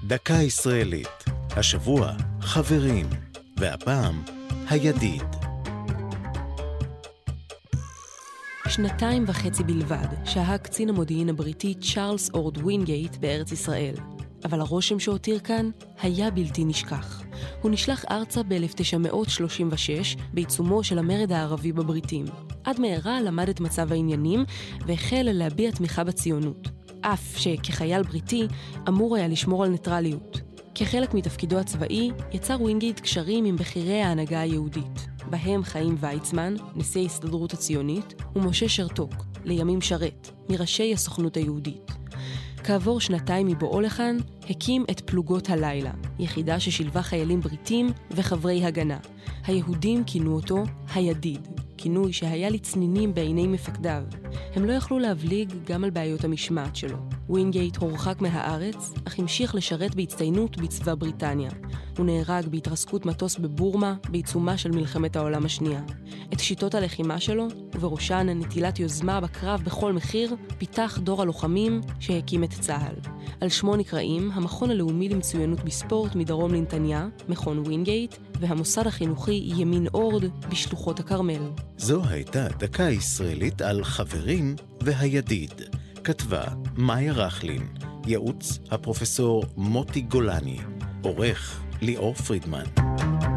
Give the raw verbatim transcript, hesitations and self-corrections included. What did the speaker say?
דקה ישראלית. השבוע חברים, והפעם הידיד. שנתיים וחצי בלבד שהה קצין המודיעין הבריטי צ'ארלס אורד ווינגייט בארץ ישראל. אבל הרושם שהותיר כאן היה בלתי נשכח. הוא נשלח ארצה ב-אלף תשע מאות שלושים ושש בעיצומו של המרד הערבי בבריטים. עד מהרה למד את מצב העניינים והחל להביע תמיכה בציונות. אף שכחייל בריטי אמור היה לשמור על ניטרליות. כחלק מתפקידו הצבאי יצר ווינגייט קשרים עם בכירי ההנהגה היהודית, בהם חיים ויצמן, נשיא ההסתדרות הציונית, ומשה שרתוק, לימים שרת, מראשי הסוכנות היהודית. כעבור שנתיים מבואו לכאן, הקים את פלוגות הלילה, יחידה ששילבה חיילים בריטים וחברי הגנה. היהודים כינו אותו הידיד, כינוי שהיה לצנינים בעיני מפקדיו. הם לא יכלו להבליג גם על בעיות המשמעת שלו. ווינגייט הורחק מהארץ, אך המשיך לשרת בהצטיינות בצבא בריטניה. הוא נהרג בהתרסקות מטוס בבורמה בעיצומה של מלחמת העולם השנייה. את שיטות הלחימה שלו, ובראשן נטילת יוזמה בקרב בכל מחיר, פיתח דור הלוחמים שהקים את צה"ל. על שמו נקראים המכון הלאומי למצוינות בספורט מדרום לנתניה, מכון ווינגייט, והמוסד החינוכי ימין אורד בשלוחות הכרמל. זו הייתה דקה ישראלית על חברים והידיד. כתבה מאיה רכלין, ייעוץ הפרופסור מוטי גולני, עורך ליאור פרידמן.